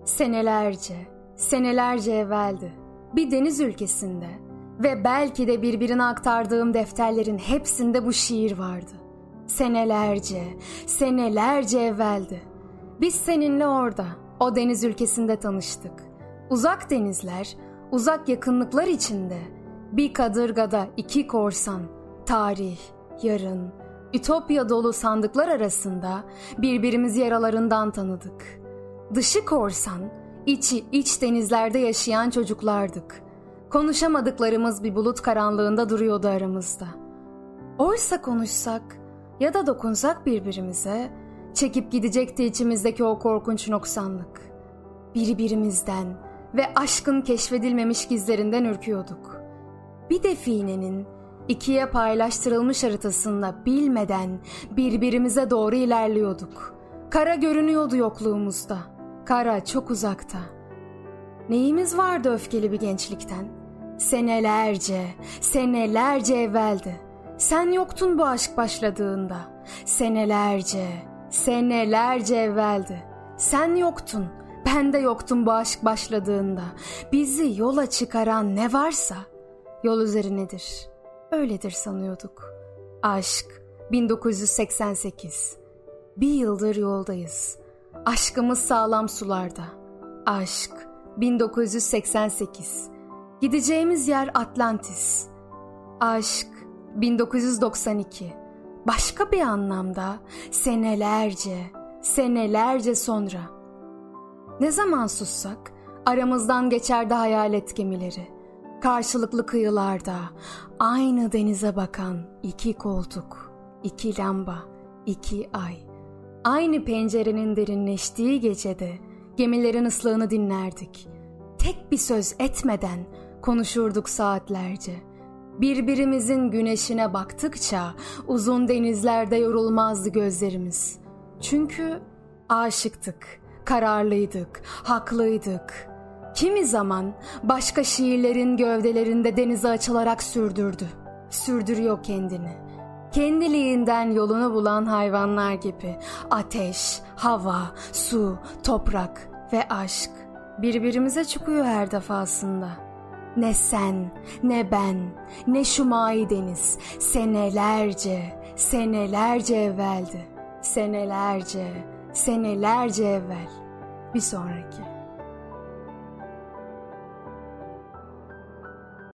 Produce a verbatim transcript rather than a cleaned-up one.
Senelerce, senelerce evveldi. Bir deniz ülkesinde ve belki de birbirine aktardığım defterlerin hepsinde bu şiir vardı. Senelerce, senelerce evveldi. Biz seninle orada, o deniz ülkesinde tanıştık. Uzak denizler, uzak yakınlıklar içinde, bir kadırgada iki korsan, tarih, yarın, ütopya dolu sandıklar arasında birbirimizi yaralarından tanıdık. Dışı korsan, içi iç denizlerde yaşayan çocuklardık. Konuşamadıklarımız bir bulut karanlığında duruyordu aramızda. Oysa konuşsak ya da dokunsak birbirimize, çekip gidecekti içimizdeki o korkunç noksanlık. Birbirimizden ve aşkın keşfedilmemiş gizlerinden ürküyorduk. Bir definenin ikiye paylaştırılmış haritasında bilmeden birbirimize doğru ilerliyorduk. Kara görünüyordu yokluğumuzda. Kara çok uzakta. Neyimiz vardı öfkeli bir gençlikten? Senelerce, senelerce evveldi. Sen yoktun bu aşk başladığında. Senelerce, senelerce evveldi. Sen yoktun, ben de yoktum bu aşk başladığında. Bizi yola çıkaran ne varsa yol üzerinedir. Öyledir sanıyorduk. Aşk bin dokuz yüz seksen sekiz. Bir yıldır yoldayız. Aşkımız sağlam sularda. Aşk bin dokuz yüz seksen sekiz. Gideceğimiz yer Atlantis. Aşk bin dokuz yüz doksan iki. Başka bir anlamda senelerce, senelerce sonra. Ne zaman sussak aramızdan geçerdi hayalet gemileri. Karşılıklı kıyılarda aynı denize bakan iki koltuk, iki lamba, iki ay. Aynı pencerenin derinleştiği gecede gemilerin ıslığını dinlerdik. Tek bir söz etmeden konuşurduk saatlerce. Birbirimizin güneşine baktıkça uzun denizlerde yorulmazdı gözlerimiz. Çünkü aşıktık, kararlıydık, haklıydık. Kimi zaman başka şiirlerin gövdelerinde denize açılarak sürdürdü. Sürdürüyor kendini. Kendiliğinden yolunu bulan hayvanlar gibi ateş, hava, su, toprak ve aşk birbirimize çıkıyor her defasında. Ne sen, ne ben, ne şu mavi deniz senelerce, senelerce evveldi. Senelerce, senelerce evvel. Bir sonraki.